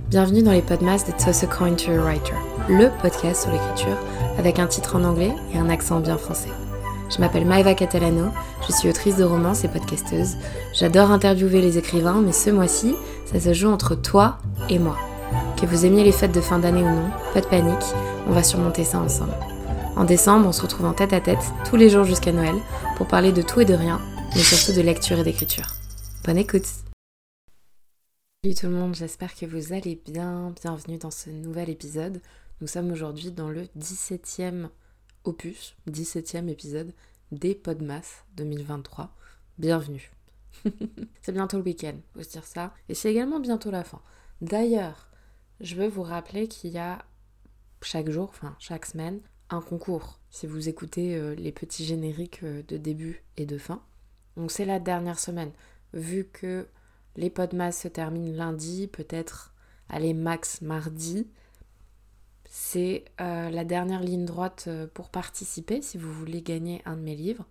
Bienvenue dans les podcasts de Toss a Coin to a Writer, le podcast sur l'écriture avec un titre en anglais et un accent bien français. Je m'appelle Maeva Catalano, je suis autrice de romances et podcasteuse. J'adore interviewer les écrivains, mais ce mois-ci, ça se joue entre toi et moi. Que vous aimiez les fêtes de fin d'année ou non, pas de panique, on va surmonter ça ensemble. En décembre, on se retrouve en tête à tête, tous les jours jusqu'à Noël, pour parler de tout et de rien, mais surtout de lecture et d'écriture. Bonne écoute! Salut tout le monde, j'espère que vous allez bien. Bienvenue dans ce nouvel épisode. Nous sommes aujourd'hui dans le 17e opus, 17e épisode des Podmas 2023. Bienvenue. C'est bientôt le week-end, faut se dire ça. Et c'est également bientôt la fin. D'ailleurs, je veux vous rappeler qu'il y a chaque jour, chaque semaine, un concours. Si vous écoutez les petits génériques de début et de fin. Donc c'est la dernière semaine. Vu que les Podmas se terminent lundi, peut-être, allez, max mardi. C'est la dernière ligne droite pour participer si vous voulez gagner un de mes livres.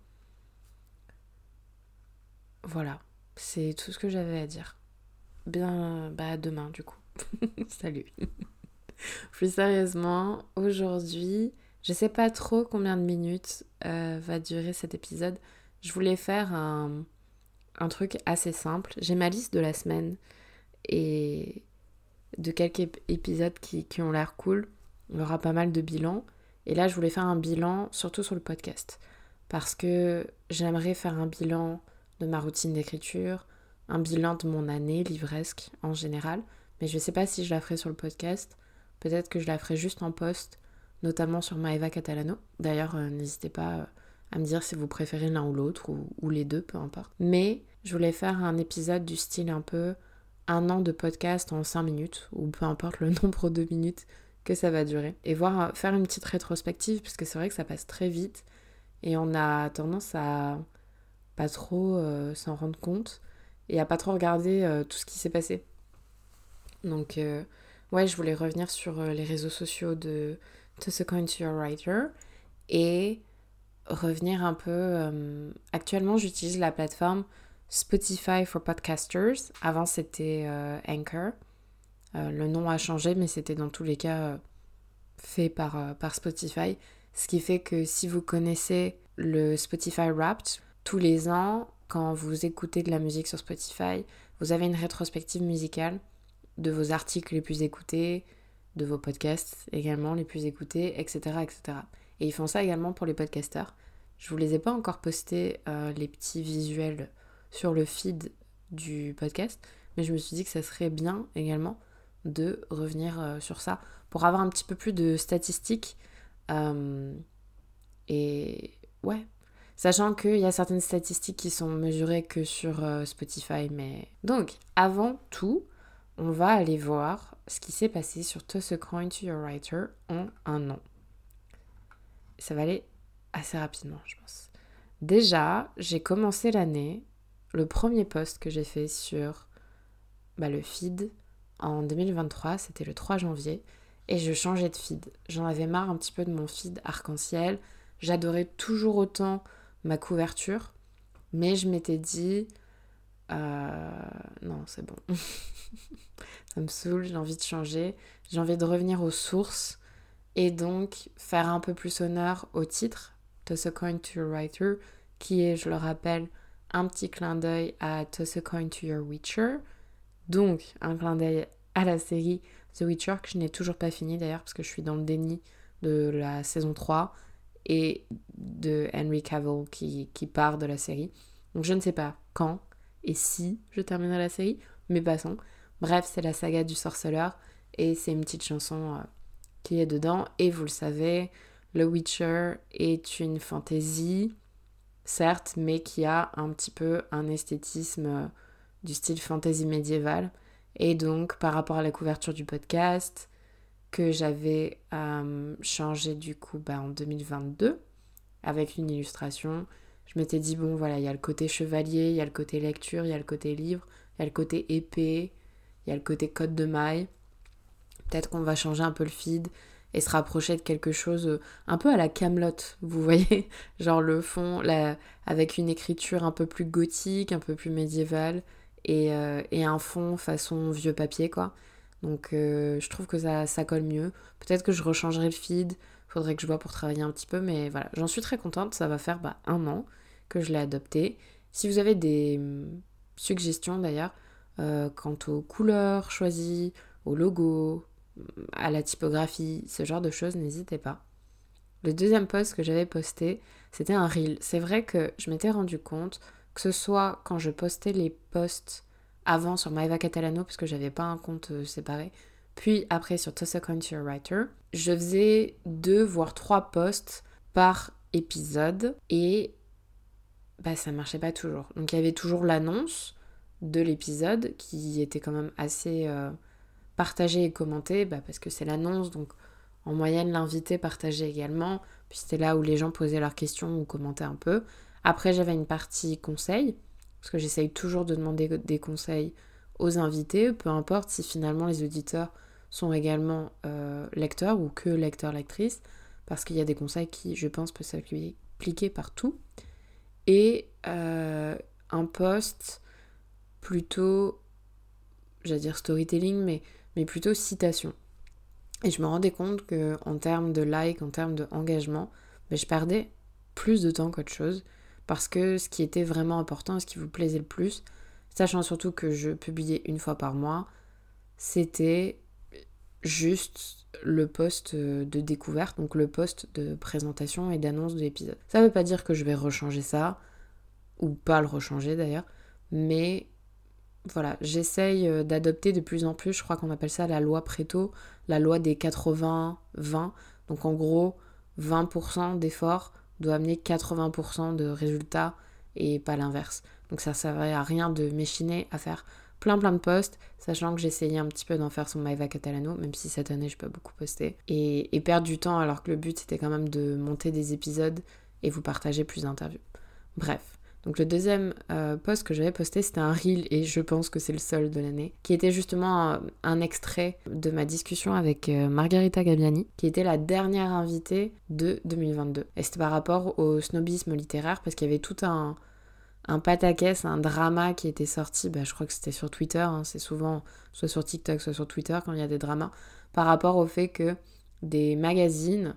Voilà, c'est tout ce que j'avais à dire. Bien, à demain du coup. Salut. Plus sérieusement, aujourd'hui, je sais pas trop combien de minutes va durer cet épisode. Je voulais faire un truc assez simple. J'ai ma liste de la semaine et de quelques épisodes qui ont l'air cool. Il y aura pas mal de bilans. Et là, je voulais faire un bilan, surtout sur le podcast. Parce que j'aimerais faire un bilan de ma routine d'écriture, un bilan de mon année livresque en général. Mais je ne sais pas si je la ferai sur le podcast. Peut-être que je la ferai juste en post, notamment sur Maeva Catalano. D'ailleurs, n'hésitez pas à me dire si vous préférez l'un ou l'autre, ou les deux, peu importe. Mais je voulais faire un épisode du style un peu 1 an de podcast en 5 minutes, ou peu importe le nombre de minutes que ça va durer. Et faire une petite rétrospective, parce que c'est vrai que ça passe très vite, et on a tendance à pas trop s'en rendre compte, et à pas trop regarder tout ce qui s'est passé. Donc, je voulais revenir sur les réseaux sociaux de Toss a Coin to a Writer, et revenir un peu... actuellement, j'utilise la plateforme Spotify for Podcasters. Avant, c'était Anchor. Le nom a changé, mais c'était dans tous les cas fait par Spotify. Ce qui fait que si vous connaissez le Spotify Wrapped, tous les ans, quand vous écoutez de la musique sur Spotify, vous avez une rétrospective musicale de vos articles les plus écoutés, de vos podcasts également les plus écoutés, etc., etc. Et ils font ça également pour les podcasteurs. Je vous les ai pas encore postés, les petits visuels sur le feed du podcast, mais je me suis dit que ça serait bien également de revenir sur ça pour avoir un petit peu plus de statistiques. Et ouais, sachant qu'il y a certaines statistiques qui sont mesurées que sur Spotify. Mais donc, avant tout, on va aller voir ce qui s'est passé sur Toss a Coin to a Writer en 1 an. Ça va aller assez rapidement, je pense. Déjà, j'ai commencé l'année, le premier post que j'ai fait sur le feed en 2023, c'était le 3 janvier, et je changeais de feed. J'en avais marre un petit peu de mon feed arc-en-ciel. J'adorais toujours autant ma couverture, mais je m'étais dit, non, c'est bon. Ça me saoule, j'ai envie de changer, j'ai envie de revenir aux sources, et donc faire un peu plus honneur au titre, Toss a Coin to a Writer, qui est, je le rappelle, un petit clin d'œil à Toss a Coin to Your Witcher, donc un clin d'œil à la série The Witcher, que je n'ai toujours pas fini d'ailleurs, parce que je suis dans le déni de la saison 3, et de Henry Cavill qui part de la série. Donc je ne sais pas quand et si je terminerai la série, mais passons. Bref, c'est la saga du sorceleur, et c'est une petite chanson qui est dedans, et vous le savez, The Witcher est une fantasy, certes, mais qui a un petit peu un esthétisme du style fantasy médiéval. Et donc, par rapport à la couverture du podcast, que j'avais changé du coup en 2022, avec une illustration, je m'étais dit, bon voilà, il y a le côté chevalier, il y a le côté lecture, il y a le côté livre, il y a le côté épée, il y a le côté code de maille. Peut-être qu'on va changer un peu le feed et se rapprocher de quelque chose un peu à la Kaamelott, vous voyez, genre le fond avec une écriture un peu plus gothique, un peu plus médiévale, et un fond façon vieux papier, quoi. Donc je trouve que ça colle mieux. Peut-être que je rechangerai le feed, faudrait que je vois pour travailler un petit peu, mais voilà, j'en suis très contente, ça va faire 1 an que je l'ai adopté. Si vous avez des suggestions d'ailleurs, quant aux couleurs choisies, au logo, à la typographie, ce genre de choses, n'hésitez pas. Le deuxième post que j'avais posté, c'était un reel. C'est vrai que je m'étais rendu compte que ce soit quand je postais les posts avant sur Maeva Catalano, parce que j'avais pas un compte séparé, puis après sur Toss a Coin to Your Writer, je faisais 2 voire 3 posts par épisode et ça marchait pas toujours. Donc il y avait toujours l'annonce de l'épisode qui était quand même assez partagée et commentée, parce que c'est l'annonce, donc en moyenne l'invité partageait également, puis c'était là où les gens posaient leurs questions ou commentaient un peu. Après j'avais une partie conseils, parce que j'essaye toujours de demander des conseils aux invités, peu importe si finalement les auditeurs sont également lecteurs ou que lecteurs-lectrices, parce qu'il y a des conseils qui, je pense, peuvent s'appliquer partout. Et un post plutôt, j'allais dire storytelling, mais plutôt citation. Et je me rendais compte qu'en termes de like, en termes d'engagement, je perdais plus de temps qu'autre chose, parce que ce qui était vraiment important, ce qui vous plaisait le plus, sachant surtout que je publiais 1 fois par mois, c'était juste le post de découverte, donc le post de présentation et d'annonce de l'épisode. Ça veut pas dire que je vais rechanger ça, ou pas le rechanger d'ailleurs, mais voilà, j'essaye d'adopter de plus en plus, je crois qu'on appelle ça la loi Pareto, la loi des 80-20, donc en gros, 20% d'efforts doit amener 80% de résultats et pas l'inverse. Donc ça servait à rien de m'échiner à faire plein de posts, sachant que j'essayais un petit peu d'en faire sur Maeva Catalano, même si cette année je peux pas beaucoup poster, et perdre du temps alors que le but c'était quand même de monter des épisodes et vous partager plus d'interviews. Bref. Donc le deuxième post que j'avais posté, c'était un reel, et je pense que c'est le seul de l'année, qui était justement un extrait de ma discussion avec Margherita Gabbiani, qui était la dernière invitée de 2022. Et c'était par rapport au snobisme littéraire, parce qu'il y avait tout un pataquès, un drama qui était sorti, je crois que c'était sur Twitter, c'est souvent soit sur TikTok, soit sur Twitter quand il y a des dramas, par rapport au fait que des magazines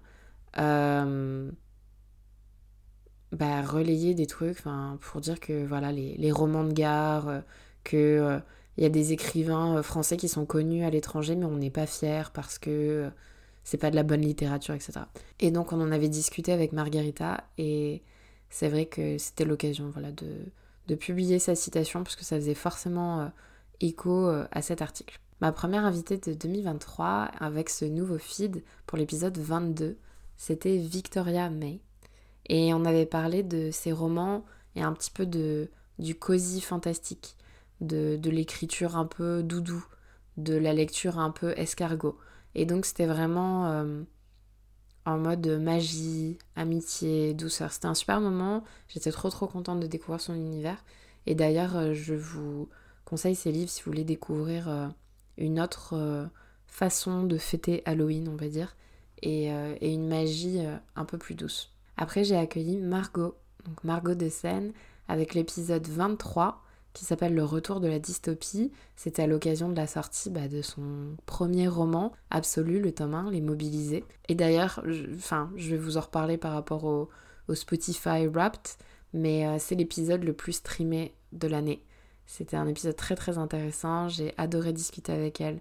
relayer des trucs pour dire que voilà les romans de gare, que y a des écrivains français qui sont connus à l'étranger mais on n'est pas fiers parce que c'est pas de la bonne littérature, etc. Et donc on en avait discuté avec Margherita, et c'est vrai que c'était l'occasion de publier sa citation, parce que ça faisait forcément écho à cet article. Ma première invitée de 2023 avec ce nouveau feed pour l'épisode 22, c'était Victoria May. Et on avait parlé de ses romans et un petit peu du cosy fantastique, de l'écriture un peu doudou, de la lecture un peu escargot. Et donc c'était vraiment en mode magie, amitié, douceur. C'était un super moment, j'étais trop contente de découvrir son univers. Et d'ailleurs, je vous conseille ces livres si vous voulez découvrir une autre façon de fêter Halloween, on va dire, et une magie un peu plus douce. Après, j'ai accueilli Margot, donc Margot de Seine, avec l'épisode 23 qui s'appelle Le retour de la dystopie. C'était à l'occasion de la sortie de son premier roman, Absolu, le tome 1, Les Mobilisés. Et d'ailleurs, je vais vous en reparler par rapport au Spotify Wrapped, mais c'est l'épisode le plus streamé de l'année. C'était un épisode très intéressant, j'ai adoré discuter avec elle.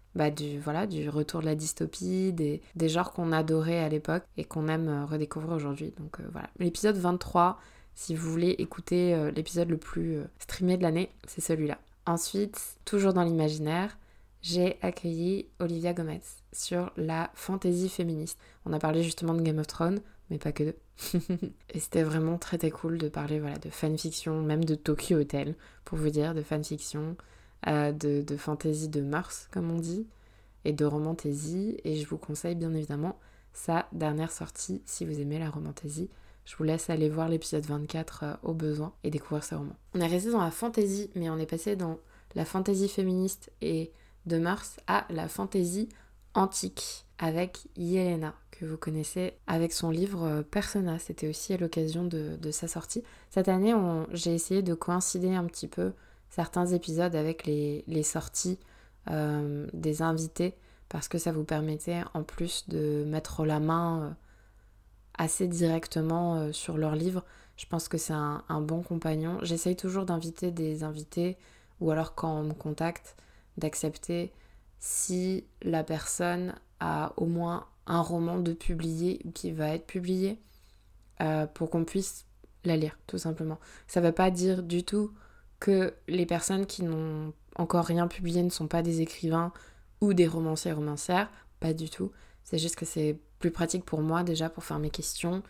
Du retour de la dystopie, des genres qu'on adorait à l'époque et qu'on aime redécouvrir aujourd'hui. Donc voilà, l'épisode 23, si vous voulez écouter l'épisode le plus streamé de l'année, c'est celui-là. Ensuite, toujours dans l'imaginaire, j'ai accueilli Olivia Gomez sur la fantasy féministe. On a parlé justement de Game of Thrones, mais pas que d'eux. Et c'était vraiment très cool de parler de fanfiction, même de Tokyo Hotel, pour vous dire, de fanfiction, de fantasy de mœurs, comme on dit, et de romantasy. Et je vous conseille bien évidemment sa dernière sortie si vous aimez la romantasy. Je vous laisse aller voir l'épisode 24 au besoin et découvrir ses romans. On est resté dans la fantasy, mais on est passé dans la fantasy féministe et de mœurs à la fantasy antique avec Yelena, que vous connaissez avec son livre Persona. C'était aussi à l'occasion de sa sortie. Cette année, j'ai essayé de coïncider un petit peu certains épisodes avec les sorties des invités parce que ça vous permettait en plus de mettre la main assez directement sur leur livre. Je pense que c'est un bon compagnon. J'essaye toujours d'inviter des invités ou alors quand on me contacte, d'accepter si la personne a au moins un roman de publié ou qui va être publié pour qu'on puisse la lire, tout simplement. Ça ne veut pas dire du tout que les personnes qui n'ont encore rien publié ne sont pas des écrivains ou des romanciers et romancières, pas du tout. C'est juste que c'est plus pratique pour moi déjà pour faire mes questions,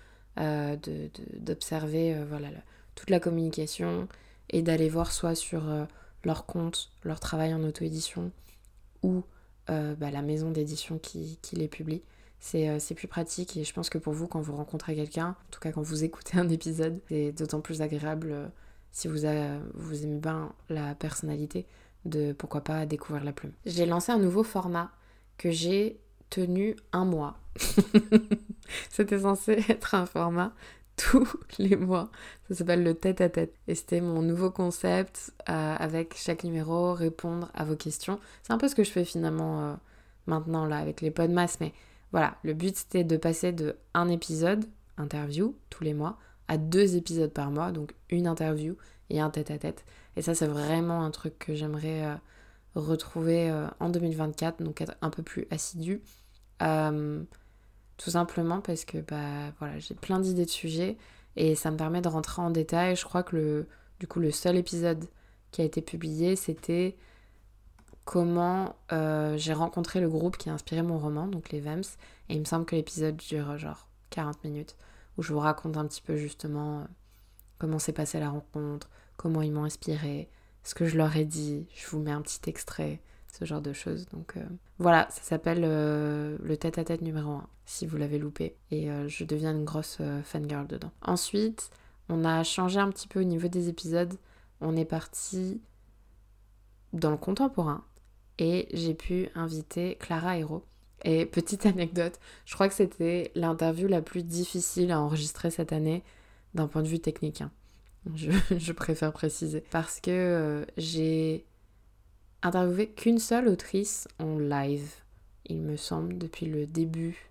d'observer toute la communication et d'aller voir soit sur leur compte, leur travail en auto-édition ou la maison d'édition qui les publie. C'est plus pratique et je pense que pour vous, quand vous rencontrez quelqu'un, en tout cas quand vous écoutez un épisode, c'est d'autant plus agréable si vous aimez bien la personnalité de pourquoi pas découvrir la plume. J'ai lancé un nouveau format que j'ai tenu 1 mois. C'était censé être un format tous les mois. Ça s'appelle le tête-à-tête. Et c'était mon nouveau concept avec chaque numéro, répondre à vos questions. C'est un peu ce que je fais finalement maintenant là avec les podmas, mais voilà, le but c'était de passer de un épisode, interview, tous les mois, à 2 épisodes par mois, donc une interview et un tête-à-tête. Et ça c'est vraiment un truc que j'aimerais retrouver en 2024, donc être un peu plus assidue. Tout simplement parce que j'ai plein d'idées de sujets et ça me permet de rentrer en détail. Je crois que le seul épisode qui a été publié, c'était comment j'ai rencontré le groupe qui a inspiré mon roman, donc les Vams, et il me semble que l'épisode dure genre 40 minutes, où je vous raconte un petit peu justement comment s'est passée la rencontre, comment ils m'ont inspiré, ce que je leur ai dit, je vous mets un petit extrait, ce genre de choses. Donc voilà, ça s'appelle le tête-à-tête numéro 1, si vous l'avez loupé, et je deviens une grosse fangirl dedans. Ensuite, on a changé un petit peu au niveau des épisodes, on est parti dans le contemporain, et j'ai pu inviter Clara Hérault. Et petite anecdote, je crois que c'était l'interview la plus difficile à enregistrer cette année d'un point de vue technique. Je préfère préciser. Parce que j'ai interviewé qu'une seule autrice en live, il me semble, depuis le début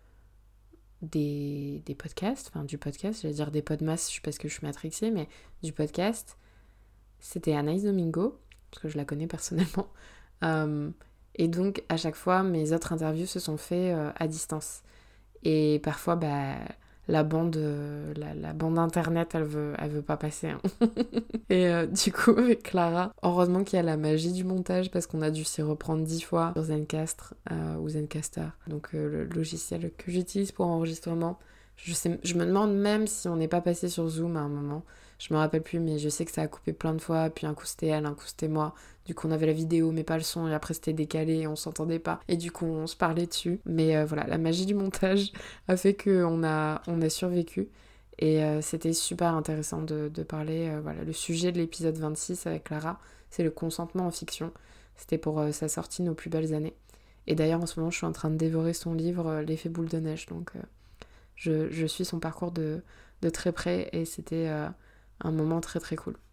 des podcasts, enfin du podcast, j'allais dire des podmas parce que je suis matrixée, mais du podcast. C'était Anaïs Domingo, parce que je la connais personnellement. Et donc, à chaque fois, mes autres interviews se sont faites à distance. Et parfois, la bande internet, elle veut pas passer. Hein. Et du coup, avec Clara, heureusement qu'il y a la magie du montage, parce qu'on a dû s'y reprendre 10 fois sur Zencastr ou Zencastr. Donc, le logiciel que j'utilise pour enregistrement. Je me demande même si on n'est pas passé sur Zoom à un moment. Je me rappelle plus, mais je sais que ça a coupé plein de fois. Puis un coup c'était elle, un coup c'était moi. Du coup on avait la vidéo mais pas le son. Et après c'était décalé et on s'entendait pas. Et du coup on se parlait dessus. Mais voilà, la magie du montage a fait qu'on a survécu. Et c'était super intéressant de parler. Le sujet de l'épisode 26 avec Clara, c'est le consentement en fiction. C'était pour sa sortie Nos plus belles années. Et d'ailleurs en ce moment je suis en train de dévorer son livre L'effet boule de neige. Donc je suis son parcours de très près et c'était un moment très très cool.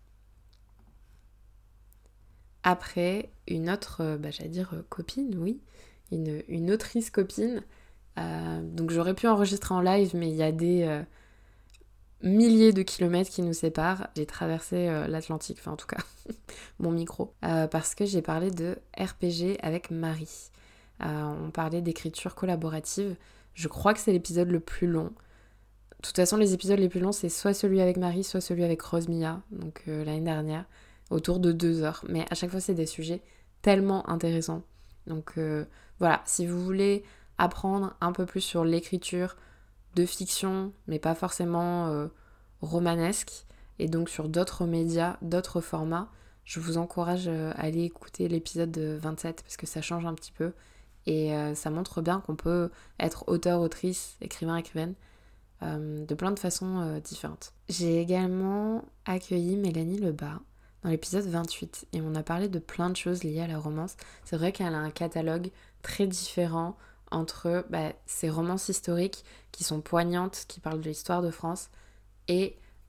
Après, une autre, copine, oui, une autrice copine. Donc j'aurais pu enregistrer en live, mais il y a des milliers de kilomètres qui nous séparent. J'ai traversé l'Atlantique, enfin en tout cas mon micro, parce que j'ai parlé de RPG avec Marie. On parlait d'écriture collaborative. Je crois que c'est l'épisode le plus long. De toute façon, les épisodes les plus longs, c'est soit celui avec Marie, soit celui avec Rose Mia, donc l'année dernière, autour de 2 heures. Mais à chaque fois, c'est des sujets tellement intéressants. Donc voilà, si vous voulez apprendre un peu plus sur l'écriture de fiction, mais pas forcément romanesque, et donc sur d'autres médias, d'autres formats, je vous encourage à aller écouter l'épisode 27, parce que ça change un petit peu, et ça montre bien qu'on peut être auteur, autrice, écrivain, écrivaine, de plein de façons différentes. J'ai également accueilli Mélanie Lebas dans l'épisode 28 et on a parlé de plein de choses liées à la romance. C'est vrai qu'elle a un catalogue très différent entre ces romances historiques qui sont poignantes, qui parlent de l'histoire de France, et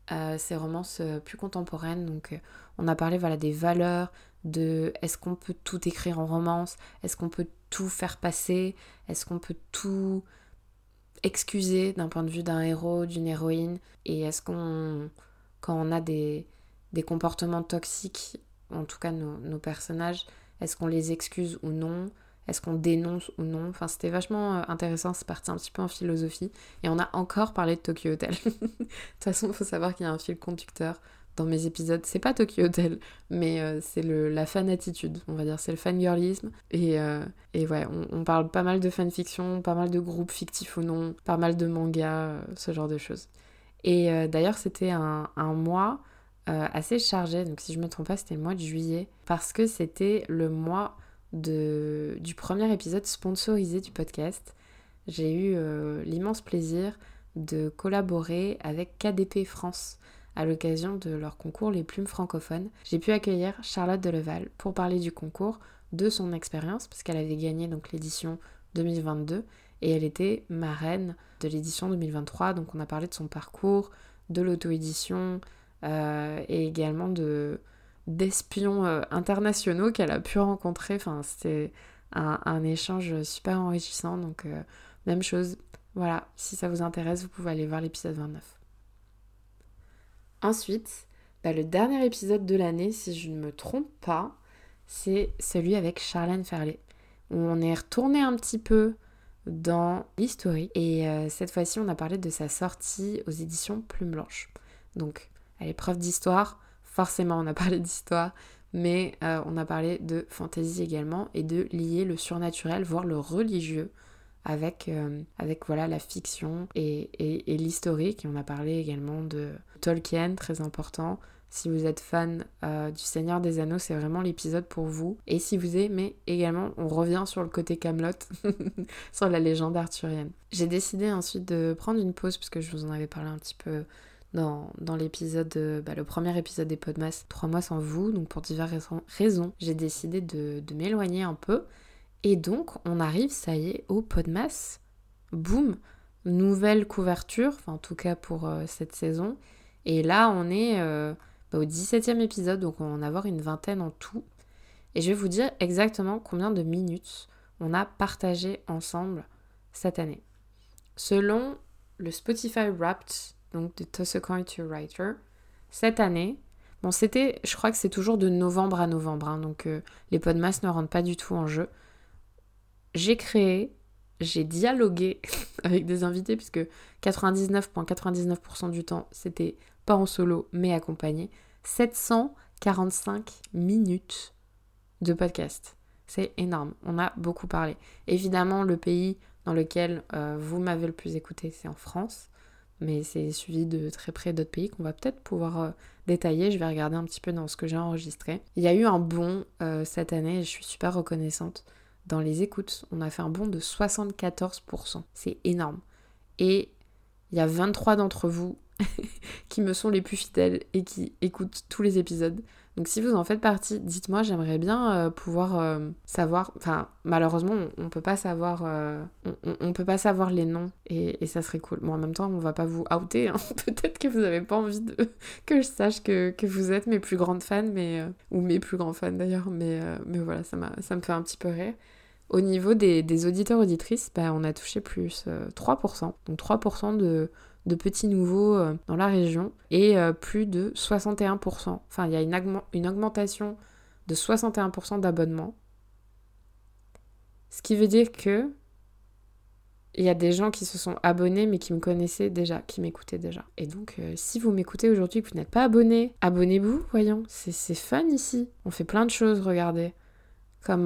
ces romances plus contemporaines. Donc on a parlé des valeurs, de est-ce qu'on peut tout écrire en romance, est-ce qu'on peut tout faire passer, est-ce qu'on peut tout excuser d'un point de vue d'un héros, d'une héroïne, et est-ce qu'on, quand on a des comportements toxiques, en tout cas nos personnages, est-ce qu'on les excuse ou non, est-ce qu'on dénonce ou non. Enfin, c'était vachement intéressant, c'est parti un petit peu en philosophie, et on a encore parlé de Tokyo Hotel. De toute façon, il faut savoir qu'il y a un fil conducteur dans mes épisodes, c'est pas Tokyo Hotel, mais c'est la fan-attitude, on va dire, c'est le fangirlisme, et ouais, on parle pas mal de fanfiction, pas mal de groupes fictifs ou non, pas mal de mangas, ce genre de choses. Et d'ailleurs, c'était un mois assez chargé, donc si je me trompe pas, c'était le mois de juillet, parce que c'était le mois du premier épisode sponsorisé du podcast. J'ai eu l'immense plaisir de collaborer avec KDP France à l'occasion de leur concours Les Plumes francophones. J'ai pu accueillir Charlotte Deleval pour parler du concours, de son expérience, parce qu'elle avait gagné donc l'édition 2022 et elle était marraine de l'édition 2023. Donc on a parlé de son parcours, de l'auto-édition et également d'espions internationaux qu'elle a pu rencontrer. Enfin, c'était un échange super enrichissant. Donc même chose, voilà, si ça vous intéresse, vous pouvez aller voir l'épisode 29. Ensuite, le dernier épisode de l'année, si je ne me trompe pas, c'est celui avec Charlène Ferlet, où on est retourné un petit peu dans l'historique. Et cette fois-ci, on a parlé de sa sortie aux éditions Plume Blanche. Donc, à l'épreuve d'histoire, forcément, on a parlé d'histoire, mais on a parlé de fantasy également et de lier le surnaturel, voire le religieux, avec la fiction et l'historique. Et on a parlé également de Tolkien, très important. Si vous êtes fan du Seigneur des Anneaux, c'est vraiment l'épisode pour vous. Et si vous aimez également, on revient sur le côté Camelot, sur la légende arthurienne. J'ai décidé ensuite de prendre une pause, parce que je vous en avais parlé un petit peu dans l'épisode, le premier épisode des Podmas, 3 mois sans vous. Donc pour diverses raisons, j'ai décidé de m'éloigner un peu. Et donc, on arrive, ça y est, au Podmas. Boum, nouvelle couverture, enfin en tout cas pour cette saison. Et là, on est au 17e épisode, donc on va en avoir une vingtaine en tout. Et je vais vous dire exactement combien de minutes on a partagé ensemble cette année. Selon le Spotify Wrapped, donc de Toss a Coin to Writer, cette année, je crois que c'est toujours de novembre à novembre, donc les Podmas ne rentrent pas du tout en jeu. J'ai dialogué avec des invités, puisque 99,99% du temps, c'était pas en solo, mais accompagné. 745 minutes de podcast. C'est énorme, on a beaucoup parlé. Évidemment, le pays dans lequel vous m'avez le plus écouté, c'est en France, mais c'est suivi de très près d'autres pays qu'on va peut-être pouvoir détailler. Je vais regarder un petit peu dans ce que j'ai enregistré. Il y a eu un bond cette année, et je suis super reconnaissante. Dans les écoutes, on a fait un bond de 74%. C'est énorme. Et il y a 23 d'entre vous qui me sont les plus fidèles et qui écoutent tous les épisodes. Donc si vous en faites partie, dites-moi, j'aimerais bien pouvoir savoir. Enfin, malheureusement, on peut pas savoir on peut pas savoir les noms, et ça serait cool. Bon, en même temps, on va pas vous outer, hein. Peut-être que vous avez pas envie que je sache que vous êtes mes plus grandes fans, ou mes plus grands fans d'ailleurs, mais voilà, ça me fait un petit peu rire. Au niveau des auditeurs-auditrices, on a touché plus 3%. Donc 3% de petits nouveaux dans la région, et plus de 61%. Enfin, il y a une augmentation de 61% d'abonnements. Ce qui veut dire que il y a des gens qui se sont abonnés, mais qui me connaissaient déjà, qui m'écoutaient déjà. Et donc, si vous m'écoutez aujourd'hui et que vous n'êtes pas abonné, abonnez-vous, voyons. C'est fun ici. On fait plein de choses, regardez. Comme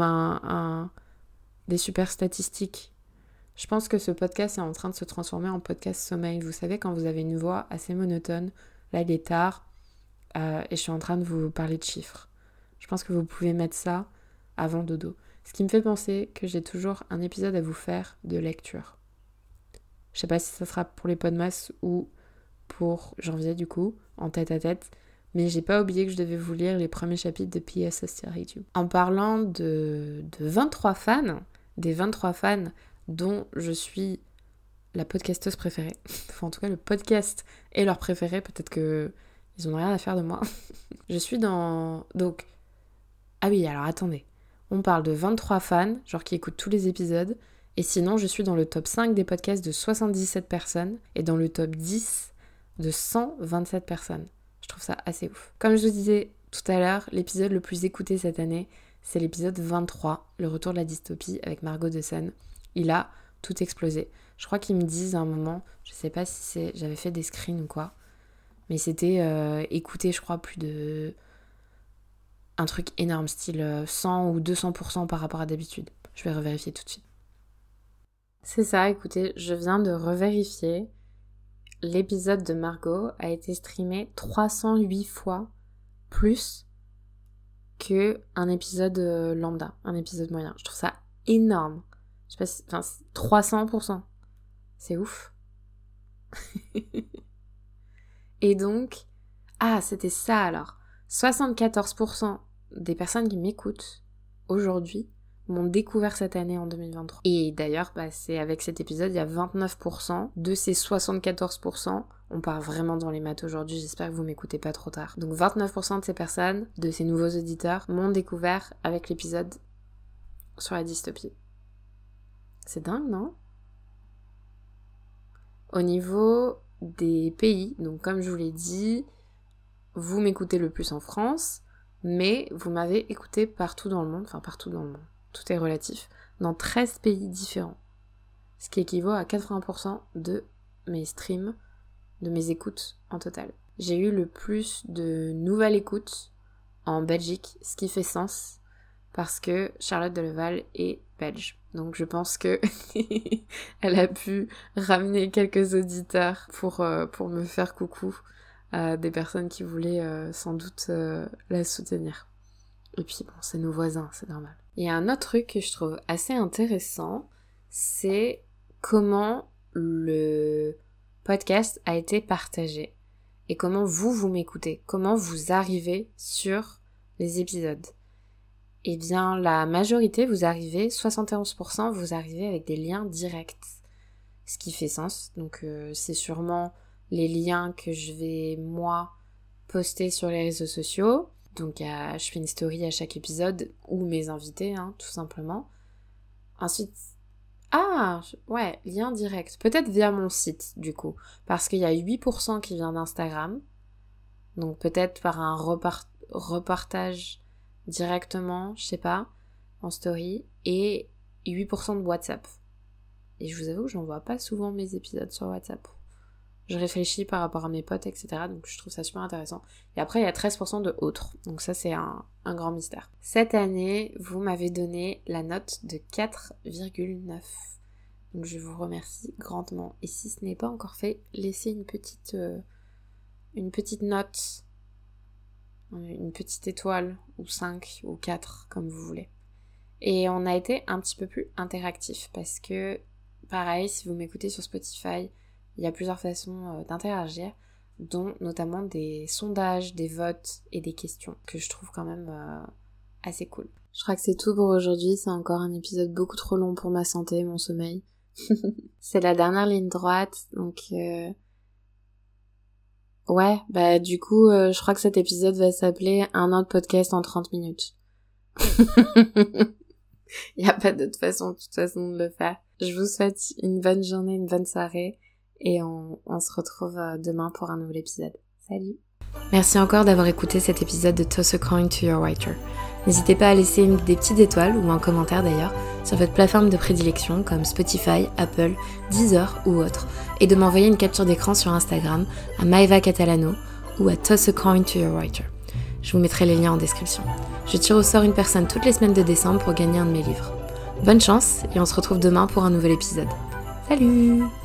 des super statistiques. Je pense que ce podcast est en train de se transformer en podcast sommeil. Vous savez, quand vous avez une voix assez monotone, là il est tard, et je suis en train de vous parler de chiffres. Je pense que vous pouvez mettre ça avant dodo. Ce qui me fait penser que j'ai toujours un épisode à vous faire de lecture. Je sais pas si ça sera pour les Podmas ou pour janvier du coup, en tête à tête, mais j'ai pas oublié que je devais vous lire les premiers chapitres de P.S. I Still Hate You. En parlant de 23 fans, des 23 fans dont je suis la podcasteuse préférée. Enfin, en tout cas, le podcast est leur préféré. Peut-être que ils n'ont rien à faire de moi. Je suis dans... Donc... Ah oui, alors attendez. On parle de 23 fans, genre qui écoutent tous les épisodes. Et sinon, je suis dans le top 5 des podcasts de 77 personnes. Et dans le top 10 de 127 personnes. Je trouve ça assez ouf. Comme je vous disais tout à l'heure, l'épisode le plus écouté cette année, c'est l'épisode 23, le retour de la dystopie avec Margot Dawson. Il a tout explosé. Je crois qu'ils me disent à un moment, je sais pas si j'avais fait des screens ou quoi, mais c'était écouté, je crois, plus de... un truc énorme, style 100 ou 200% par rapport à d'habitude. Je vais revérifier tout de suite. C'est ça, écoutez, je viens de revérifier. L'épisode de Margot a été streamé 308 fois plus qu'un épisode lambda, un épisode moyen. Je trouve ça énorme. Je sais pas si... Enfin, 300%. C'est ouf. Et donc... Ah, c'était ça alors. 74% des personnes qui m'écoutent aujourd'hui m'ont découvert cette année en 2023. Et d'ailleurs, c'est avec cet épisode, il y a 29% de ces 74%. On part vraiment dans les maths aujourd'hui, j'espère que vous m'écoutez pas trop tard. Donc 29% de ces personnes, de ces nouveaux auditeurs, m'ont découvert avec l'épisode sur la dystopie. C'est dingue, non ? Au niveau des pays, donc comme je vous l'ai dit, vous m'écoutez le plus en France, mais vous m'avez écouté partout dans le monde, enfin partout dans le monde, tout est relatif, dans 13 pays différents. Ce qui équivaut à 80% de mes streams, de mes écoutes en total. J'ai eu le plus de nouvelles écoutes en Belgique, ce qui fait sens, parce que Charlotte Deleval est belge. Donc je pense que elle a pu ramener quelques auditeurs pour me faire coucou à des personnes qui voulaient sans doute la soutenir. Et puis bon, c'est nos voisins, c'est normal. Il y a un autre truc que je trouve assez intéressant, c'est comment le podcast a été partagé et comment vous m'écoutez, comment vous arrivez sur les épisodes. Eh bien, la majorité, 71%, vous arrivez avec des liens directs, ce qui fait sens. Donc, c'est sûrement les liens que je vais, moi, poster sur les réseaux sociaux. Donc, je fais une story à chaque épisode, ou mes invités, tout simplement. Ensuite, lien direct. Peut-être via mon site, du coup. Parce qu'il y a 8% qui vient d'Instagram. Donc, peut-être par un repartage directement, je sais pas, en story, et 8% de WhatsApp. Et je vous avoue que j'envoie pas souvent mes épisodes sur WhatsApp. Je réfléchis par rapport à mes potes, etc. Donc je trouve ça super intéressant. Et après, il y a 13% de autres. Donc ça, c'est un grand mystère. Cette année, vous m'avez donné la note de 4,9. Donc je vous remercie grandement. Et si ce n'est pas encore fait, laissez une petite note, une petite étoile, ou 5, ou 4, comme vous voulez. Et on a été un petit peu plus interactif, parce que, pareil, si vous m'écoutez sur Spotify, il y a plusieurs façons d'interagir, dont notamment des sondages, des votes et des questions, que je trouve quand même assez cool. Je crois que c'est tout pour aujourd'hui, c'est encore un épisode beaucoup trop long pour ma santé, mon sommeil. C'est la dernière ligne droite, donc... Ouais, du coup, je crois que cet épisode va s'appeler « Un autre podcast en 30 minutes ». Il n'y a pas d'autre façon, de toute façon, de le faire. Je vous souhaite une bonne journée, une bonne soirée, et on se retrouve demain pour un nouvel épisode. Salut! Merci encore d'avoir écouté cet épisode de Toss a Coin to Your Writer. N'hésitez pas à laisser des petites étoiles, ou un commentaire d'ailleurs, sur votre plateforme de prédilection comme Spotify, Apple, Deezer ou autre, et de m'envoyer une capture d'écran sur Instagram à Maeva Catalano ou à Toss a Coin to Your Writer. Je vous mettrai les liens en description. Je tire au sort une personne toutes les semaines de décembre pour gagner un de mes livres. Bonne chance et on se retrouve demain pour un nouvel épisode. Salut!